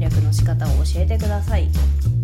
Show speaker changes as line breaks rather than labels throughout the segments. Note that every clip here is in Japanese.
略の仕方を教えてください。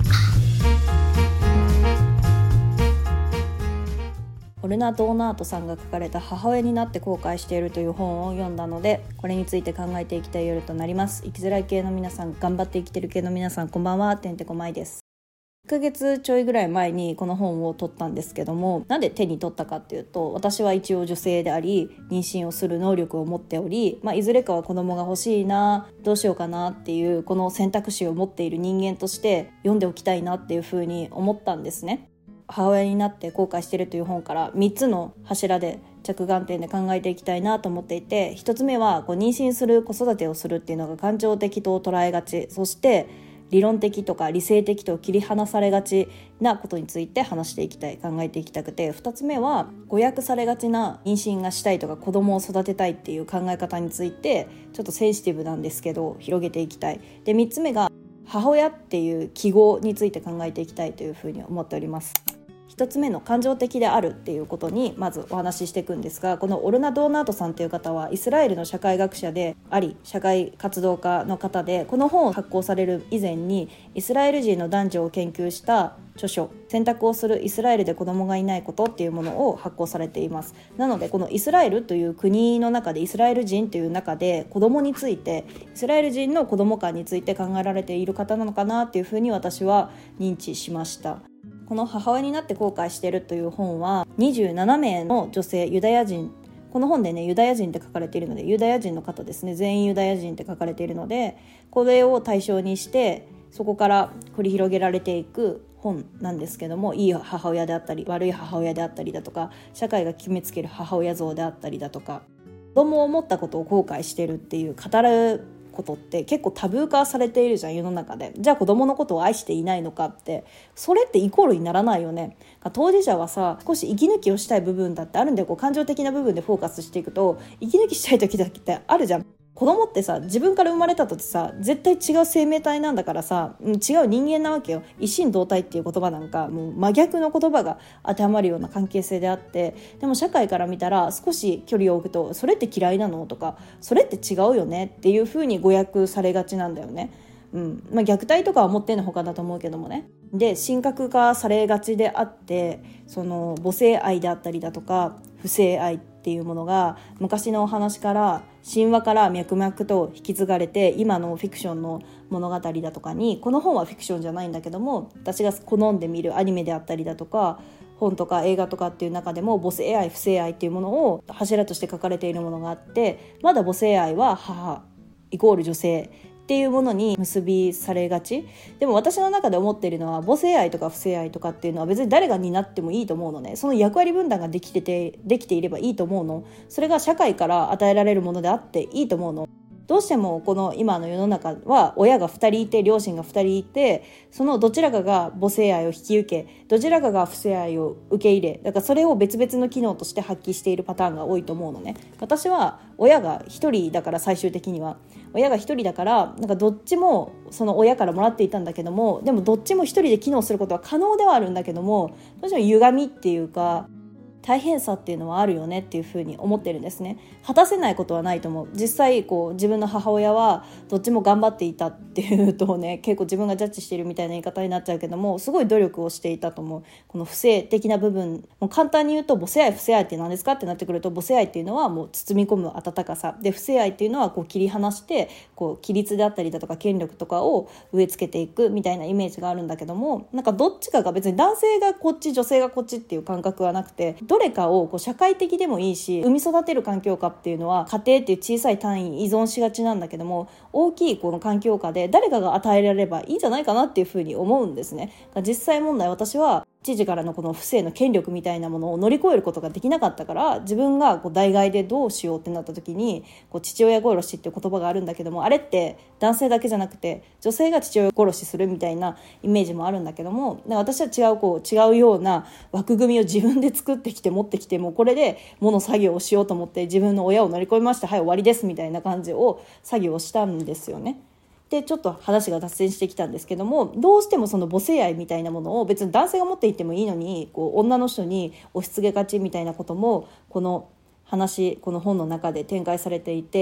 オルナ・ドーナートさんが書かれた母親になって後悔しているという本を読んだので、これについて考えていきたい夜となります。生きづらい系の皆さん、頑張って生きてる系の皆さん、こんばんは。てんてこまいです。1ヶ月ちょいぐらい前にこの本を取ったんですけども、なんで手に取ったかっていうと、私は一応女性であり妊娠をする能力を持っており、いずれかは子供が欲しいな、どうしようかなっていうこの選択肢を持っている人間として読んでおきたいなっていうふうに思ったんですね。母親になって後悔しているという本から3つの柱で着眼点で考えていきたいなと思っていて、1つ目は妊娠する子育てをするっていうのが感情的と捉えがち、そして理論的とか理性的と切り離されがちなことについて話していきたい、考えていきたくて、2つ目は誤訳されがちな妊娠がしたいとか子供を育てたいっていう考え方についてちょっとセンシティブなんですけど広げていきたい。で、3つ目が母親っていう記号について考えていきたいというふうに思っております。1つ目の感情的であるっていうことにまずお話ししていくんですが、このオルナ・ドーナートさんという方はイスラエルの社会学者であり社会活動家の方で、この本を発行される以前にイスラエル人の男女を研究した著書、選択をするイスラエルで子供がいないことっていうものを発行されています。なのでこのイスラエルという国の中で、イスラエル人という中で子供について、イスラエル人の子供観について考えられている方なのかなっていうふうに私は認知しました。この母親になって後悔しているという本は27名の女性ユダヤ人、この本でねユダヤ人って書かれているのでユダヤ人の方ですね、全員ユダヤ人って書かれているので、これを対象にしてそこから繰り広げられていく本なんですけども、いい母親であったり悪い母親であったりだとか、社会が決めつける母親像であったりだとか、子供を持ったことを後悔しているっていう語ることって結構タブー化されているじゃん、世の中で。じゃあ子供のことを愛していないのかって、それってイコールにならないよね。当事者はさ、少し息抜きをしたい部分だってあるんで、感情的な部分でフォーカスしていくと息抜きしたい時だってあるじゃん。子供ってさ、自分から生まれたとってさ、絶対違う生命体なんだからさ、違う人間なわけよ。一心同体っていう言葉なんかもう真逆の言葉が当てはまるような関係性であって、でも社会から見たら少し距離を置くと、それって嫌いなのとか、それって違うよねっていう風に誤訳されがちなんだよね。虐待とかは思ってんのほかだと思うけどもね。で、神格化されがちであって、その母性愛であったりだとか不正愛っていうものが昔のお話から神話から脈々と引き継がれて、今のフィクションの物語だとかに、この本はフィクションじゃないんだけども、私が好んで見るアニメであったりだとか本とか映画とかっていう中でも母性愛不正愛っていうものを柱として書かれているものがあって、まだ母性愛は母イコール女性っていうものに結びされがち。でも私の中で思っているのは、母性愛とか不正愛とかっていうのは別に誰が担ってもいいと思うのね。その役割分担ができていればいいと思うの。それが社会から与えられるものであっていいと思うの。どうしてもこの今の世の中は親が2人いて両親が2人いて、そのどちらかが母性愛を引き受け、どちらかが不正愛を受け入れ、だからそれを別々の機能として発揮しているパターンが多いと思うのね。私は親が1人だから、最終的には親が1人だから、どっちもその親からもらっていたんだけども、でもどっちも1人で機能することは可能ではあるんだけども、どうしても歪みっていうか大変さっていうのはあるよねっていうふうに思ってるんですね。果たせないことはないと思う。実際自分の母親はどっちも頑張っていたっていうとね、結構自分がジャッジしているみたいな言い方になっちゃうけども、すごい努力をしていたと思う。この不正的な部分、もう簡単に言うと母性愛不正愛って何ですかってなってくると、母性愛っていうのはもう包み込む温かさで、不正愛っていうのは切り離して規律であったりだとか権力とかを植え付けていくみたいなイメージがあるんだけども、どっちかが別に男性がこっち女性がこっちっていう感覚はなくて、どれかを社会的でもいいし、産み育てる環境下っていうのは家庭っていう小さい単位に依存しがちなんだけども、大きいこの環境下で誰かが与えられればいいんじゃないかなっていうふうに思うんですね。実際問題、私は知事からのこの不正の権力みたいなものを乗り越えることができなかったから、自分が代替でどうしようってなった時に父親殺しっていう言葉があるんだけども、あれって男性だけじゃなくて女性が父親殺しするみたいなイメージもあるんだけども、私は違うような枠組みを自分で作ってきて持ってきて、もうこれで物作業をしようと思って自分の親を乗り越えました、はい終わりですみたいな感じを作業をしたんですよね。でちょっと話が脱線してきたんですけども、どうしてもその母性愛みたいなものを別に男性が持っていってもいいのに女の人に押し付けがちみたいなこともこの本の中で展開されていて、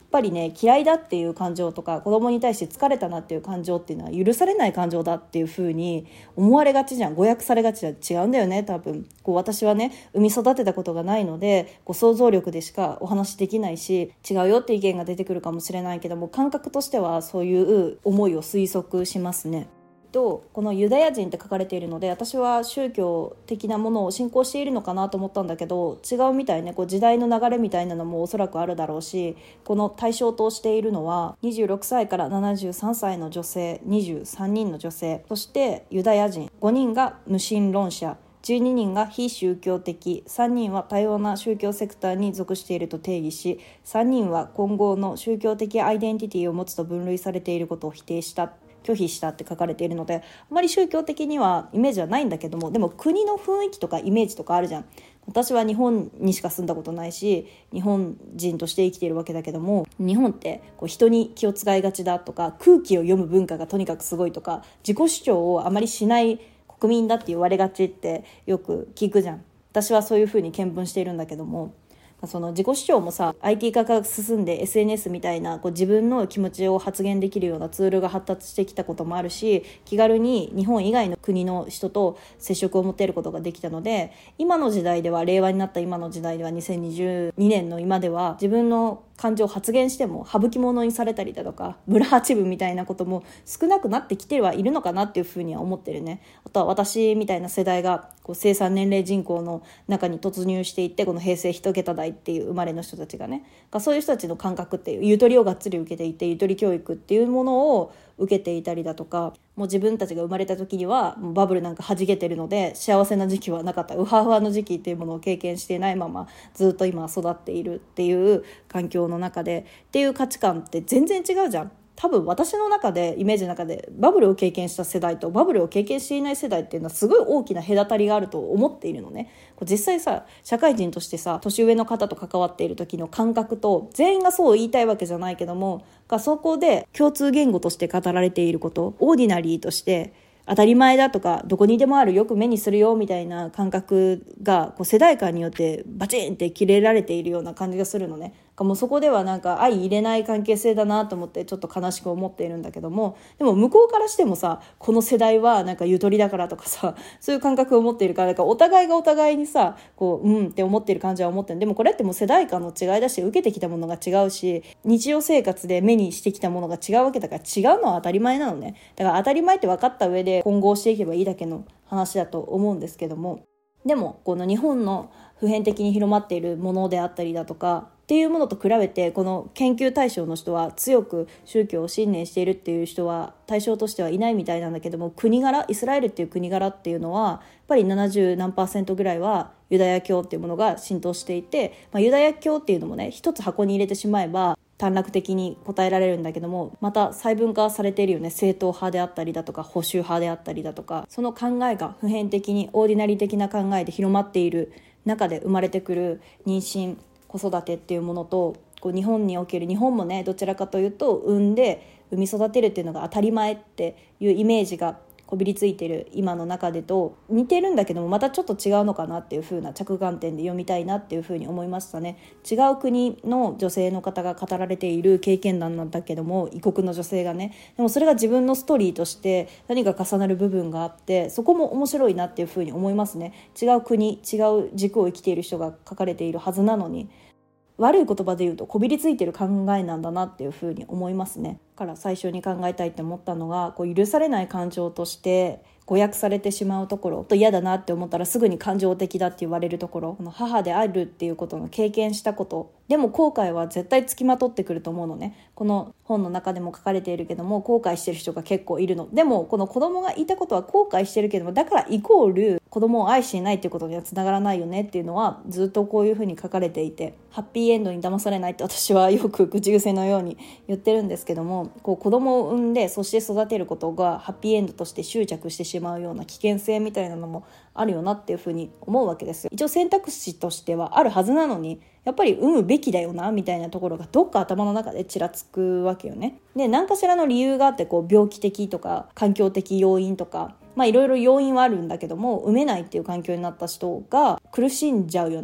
ぱりね、嫌いだっていう感情とか子供に対して疲れたなっていう感情っていうのは許されない感情だっていう風に思われがちじゃん。誤訳されがちじゃん。違うんだよね、多分。私はね、産み育てたことがないので想像力でしかお話できないし、違うよって意見が出てくるかもしれないけども、感覚としてはそういう思いを推測しますね。このユダヤ人って書かれているので、私は宗教的なものを信仰しているのかなと思ったんだけど、違うみたいね。時代の流れみたいなのもおそらくあるだろうし、この対象としているのは26歳から73歳の女性23人の女性、そしてユダヤ人5人が無神論者、12人が非宗教的、3人は多様な宗教セクターに属していると定義し、3人は今後の宗教的アイデンティティを持つと分類されていることを拒否したって書かれているので、あまり宗教的にはイメージはないんだけども、でも国の雰囲気とかイメージとかあるじゃん。私は日本にしか住んだことないし、日本人として生きているわけだけども、日本って人に気を使いがちだとか、空気を読む文化がとにかくすごいとか、自己主張をあまりしない国民だって言われがちってよく聞くじゃん。私はそういうふうに見聞しているんだけども、その自己主張もさ、 IT 化が進んで SNS みたいな自分の気持ちを発言できるようなツールが発達してきたこともあるし、気軽に日本以外の国の人と接触を持てることができたので、今の時代では、令和になった今の時代では、2022年の今では、自分の感情を発言しても省き物にされたりだとか、村八分みたいなことも少なくなってきてはいるのかなっていうふうには思ってるね。あとは私みたいな世代が生産年齢人口の中に突入していって、この平成一桁台っていう生まれの人たちがね、そういう人たちの感覚っていう、ゆとりをがっつり受けていて、ゆとり教育っていうものを受けていたりだとか、もう自分たちが生まれた時にはもうバブルなんか弾けてるので幸せな時期はなかった、ウハウハの時期っていうものを経験していないままずっと今育っているっていう環境の中でっていう価値観って全然違うじゃん。多分私の中で、イメージの中で、バブルを経験した世代とバブルを経験していない世代っていうのはすごい大きな隔たりがあると思っているのね。実際さ、社会人としてさ、年上の方と関わっている時の感覚と、全員がそう言いたいわけじゃないけども、そこで共通言語として語られていること、オーディナリーとして当たり前だとか、どこにでもある、よく目にするよみたいな感覚が世代間によってバチンって切れられているような感じがするのね。もうそこではなんか相入れない関係性だなと思ってちょっと悲しく思っているんだけども、でも向こうからしてもさ、この世代はなんかゆとりだからとかさ、そういう感覚を持っているから、お互いがお互いにさ、って思っている感じは思ってる。でもこれってもう世代間の違いだし、受けてきたものが違うし、日常生活で目にしてきたものが違うわけだから、違うのは当たり前なのね。だから当たり前って分かった上で混合していけばいいだけの話だと思うんですけども、でもこの日本の普遍的に広まっているものであったりだとかっていうものと比べて、この研究対象の人は強く宗教を信念しているっていう人は対象としてはいないみたいなんだけども、国柄、イスラエルっていう国柄っていうのはやっぱり70何%ぐらいはユダヤ教っていうものが浸透していて、ユダヤ教っていうのもね、一つ箱に入れてしまえば短絡的に答えられるんだけども、また細分化されているよね。正統派であったりだとか保守派であったりだとか、その考えが普遍的にオーディナリー的な考えで広まっている中で生まれてくる妊娠、子育てっていうものと、日本における、日本もね、どちらかというと産み育てるっていうのが当たり前っていうイメージがこびりついてる今の中でと似てるんだけども、またちょっと違うのかなっていう風な着眼点で読みたいなっていう風に思いましたね。違う国の女性の方が語られている経験談なんだけども、異国の女性がね、でもそれが自分のストーリーとして何か重なる部分があって、そこも面白いなっていう風に思いますね。違う国、違う軸を生きている人が書かれているはずなのに、悪い言葉で言うとこびりついてる考えなんだなっていうふうに思いますね。だから最初に考えたいって思ったのが、許されない感情として誤訳されてしまうところと、嫌だなって思ったらすぐに感情的だって言われるところ、この母であるっていうことの経験したことでも後悔は絶対つきまとってくると思うのね。この本の中でも書かれているけども、後悔してる人が結構いるの。でもこの子供がいたことは後悔してるけども、だからイコール子供を愛していないっていうことにはつながらないよねっていうのはずっとこういうふうに書かれていて、ハッピーエンドに騙されないって私はよく口癖のように言ってるんですけども、子供を産んでそして育てることがハッピーエンドとして執着してしまうような危険性みたいなのもあるよなっていうふうに思うわけですよ。一応選択肢としてはあるはずなのに、やっぱり産むべきだよなみたいなところがどっか頭の中でちらつくわけよね。で、何かしらの理由があって、病気的とか環境的要因とか、いろいろ要因はあるんだけども、産めないっていう環境になった人が苦しんじゃうよね。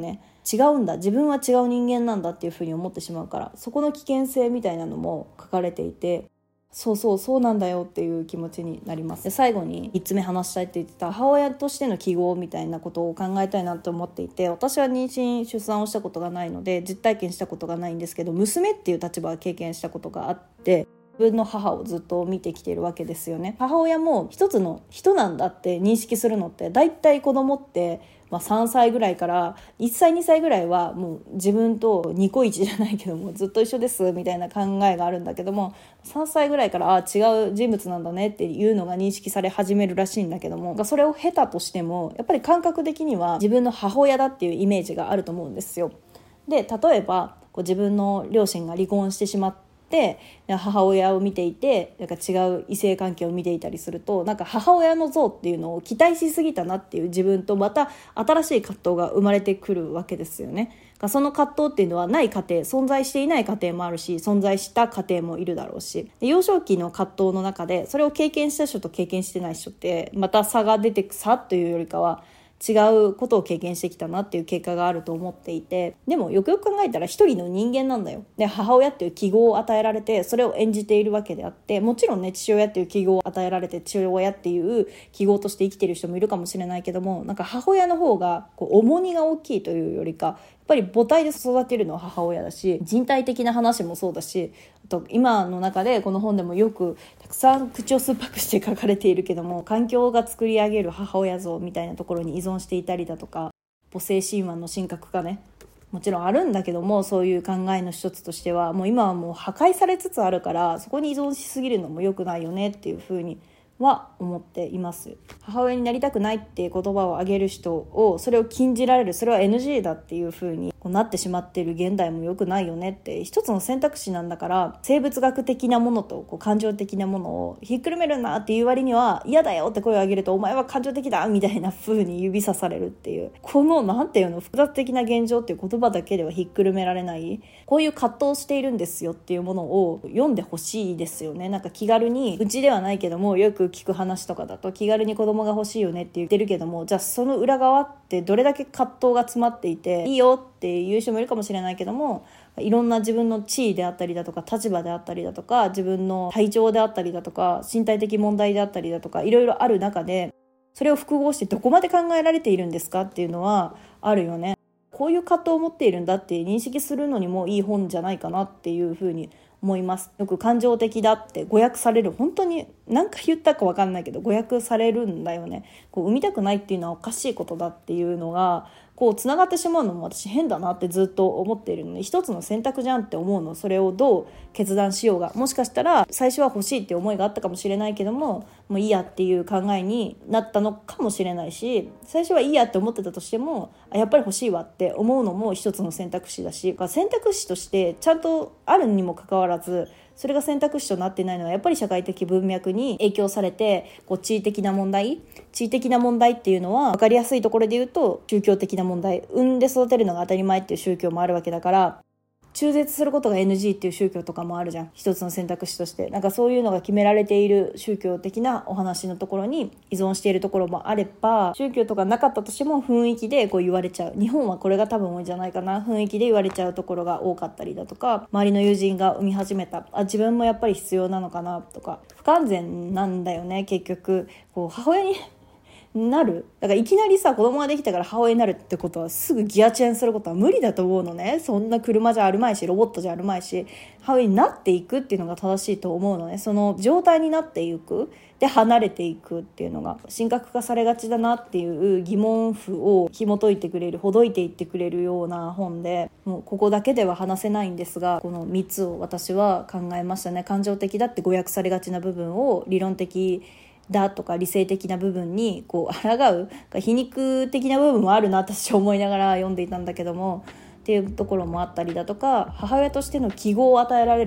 違うんだ、自分は違う人間なんだっていうふうに思ってしまうから、そこの危険性みたいなのも書かれていて、そうなんだよっていう気持ちになります。で最後に3つ目話したいって言ってた母親としての記号みたいなことを考えたいなと思っていて、私は妊娠出産をしたことがないので実体験したことがないんですけど、娘っていう立場は経験したことがあって、自分の母をずっと見てきているわけですよね。母親も一つの人なんだって認識するのって、だいたい子供って3歳ぐらいから1歳2歳ぐらいはもう自分とニコイチじゃないけどもずっと一緒ですみたいな考えがあるんだけども、3歳ぐらいから違う人物なんだねっていうのが認識され始めるらしいんだけども、それを経たとしてもやっぱり感覚的には自分の母親だっていうイメージがあると思うんですよ。で例えば自分の両親が離婚してしまって母親を見ていて違う異性関係を見ていたりすると、母親の像っていうのを期待しすぎたなっていう自分とまた新しい葛藤が生まれてくるわけですよね。その葛藤っていうのはない家庭、存在していない家庭もあるし、存在した家庭もいるだろうし、幼少期の葛藤の中でそれを経験した人と経験してない人ってまた差が出てく差というよりかは違うことを経験してきたなっていう結果があると思っていて、でもよくよく考えたら一人の人間なんだよ。で母親っていう記号を与えられてそれを演じているわけであって、もちろんね父親っていう記号を与えられて父親っていう記号として生きている人もいるかもしれないけども、母親の方が重荷が大きいというよりか、やっぱり母体で育てるのは母親だし、人体的な話もそうだし、あと今の中でこの本でもよくたくさん口を酸っぱくして書かれているけども、環境が作り上げる母親像みたいなところに依存していたりだとか、母性神話の神格化ね、もちろんあるんだけども、そういう考えの一つとしてはもう今はもう破壊されつつあるから、そこに依存しすぎるのも良くないよねっていうふうには思っています。母親になりたくないっていう言葉を挙げる人を、それを禁じられる、それは NG だっていう風になってしまっている現代も良くないよねって、一つの選択肢なんだから、生物学的なものと感情的なものをひっくるめるなっていう割には、嫌だよって声を上げるとお前は感情的だみたいな風に指さされるっていう、このなんていうの、複雑的な現状っていう言葉だけではひっくるめられない、こういう葛藤をしているんですよっていうものを読んでほしいですよね。気軽に、うちではないけどもよく聞く話とかだと気軽に子供が欲しいよねって言ってるけども、じゃあその裏側ってどれだけ葛藤が詰まっていて、いいよっていう人もいるかもしれないけども、いろんな自分の地位であったりだとか立場であったりだとか自分の体調であったりだとか身体的問題であったりだとかいろいろある中で、それを複合してどこまで考えられているんですかっていうのはあるよね。こういう葛藤を持っているんだって認識するのにもいい本じゃないかなっていうふうに思います。よく感情的だって誤訳される、本当に何か言ったか分かんないけど誤訳されるんだよね。産みたくないっていうのはおかしいことだっていうのがつながってしまうのも私変だなってずっと思っているので、一つの選択じゃんって思うの。それをどう決断しようが、もしかしたら最初は欲しいって思いがあったかもしれないけども、もういいやっていう考えになったのかもしれないし、最初はいいやって思ってたとしてもやっぱり欲しいわって思うのも一つの選択肢だし、選択肢としてちゃんとあるにもかかわらずそれが選択肢となっていないのはやっぱり社会的文脈に影響されて、地位的な問題っていうのは分かりやすいところで言うと宗教的な問題、産んで育てるのが当たり前っていう宗教もあるわけだから、中絶することが NG っていう宗教とかもあるじゃん、一つの選択肢として。そういうのが決められている宗教的なお話のところに依存しているところもあれば、宗教とかなかったとしても雰囲気で言われちゃう、日本はこれが多分多いんじゃないかな、雰囲気で言われちゃうところが多かったりだとか、周りの友人が産み始めた、自分もやっぱり必要なのかなとか、不完全なんだよね結局。母親になる、だからいきなり子供ができたから母親になるってことはすぐギアチェンすることは無理だと思うのね。そんな車じゃあるまいしロボットじゃあるまいし、母親になっていくっていうのが正しいと思うのね。その状態になっていくで離れていくっていうのが神格化されがちだなっていう疑問符を紐解いてくれる、ほどいていってくれるような本で、もうここだけでは話せないんですが、この3つを私は考えましたね。感情的だって誤訳されがちな部分を理論的だとか理性的な部分に抗う皮肉的な部分もあるな私は思いながら読んでいたんだけどもっていうところもあったりだとか、母親としての記号を与えられる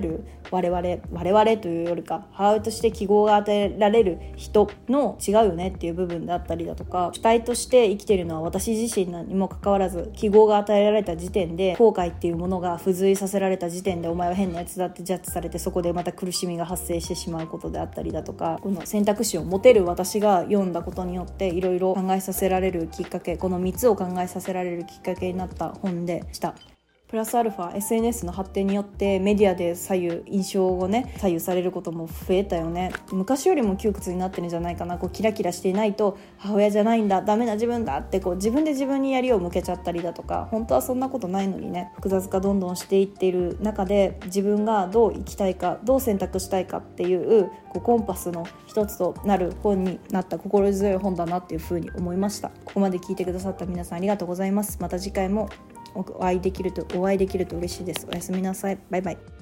我々というよりか母親として記号が与えられる人の違うよねっていう部分であったりだとか、主体として生きているのは私自身にもかかわらず、記号が与えられた時点で後悔っていうものが付随させられた時点でお前は変なやつだってジャッジされて、そこでまた苦しみが発生してしまうことであったりだとか、この選択肢を持てる私が読んだことによっていろいろ考えさせられるきっかけ、この3つを考えさせられるきっかけになった本でした。プラスアルファ SNS の発展によってメディアで印象をね左右されることも増えたよね。昔よりも窮屈になってるんじゃないかな。キラキラしていないと母親じゃないんだ、ダメな自分だって自分で自分に槍を向けちゃったりだとか、本当はそんなことないのにね、複雑化どんどんしていっている中で、自分がどう生きたいか、どう選択したいかっていうコンパスの一つとなる本になった心強い本だなっていうふうに思いました。ここまで聞いてくださった皆さんありがとうございます。また次回もお会いできると嬉しいです。おやすみなさい。バイバイ。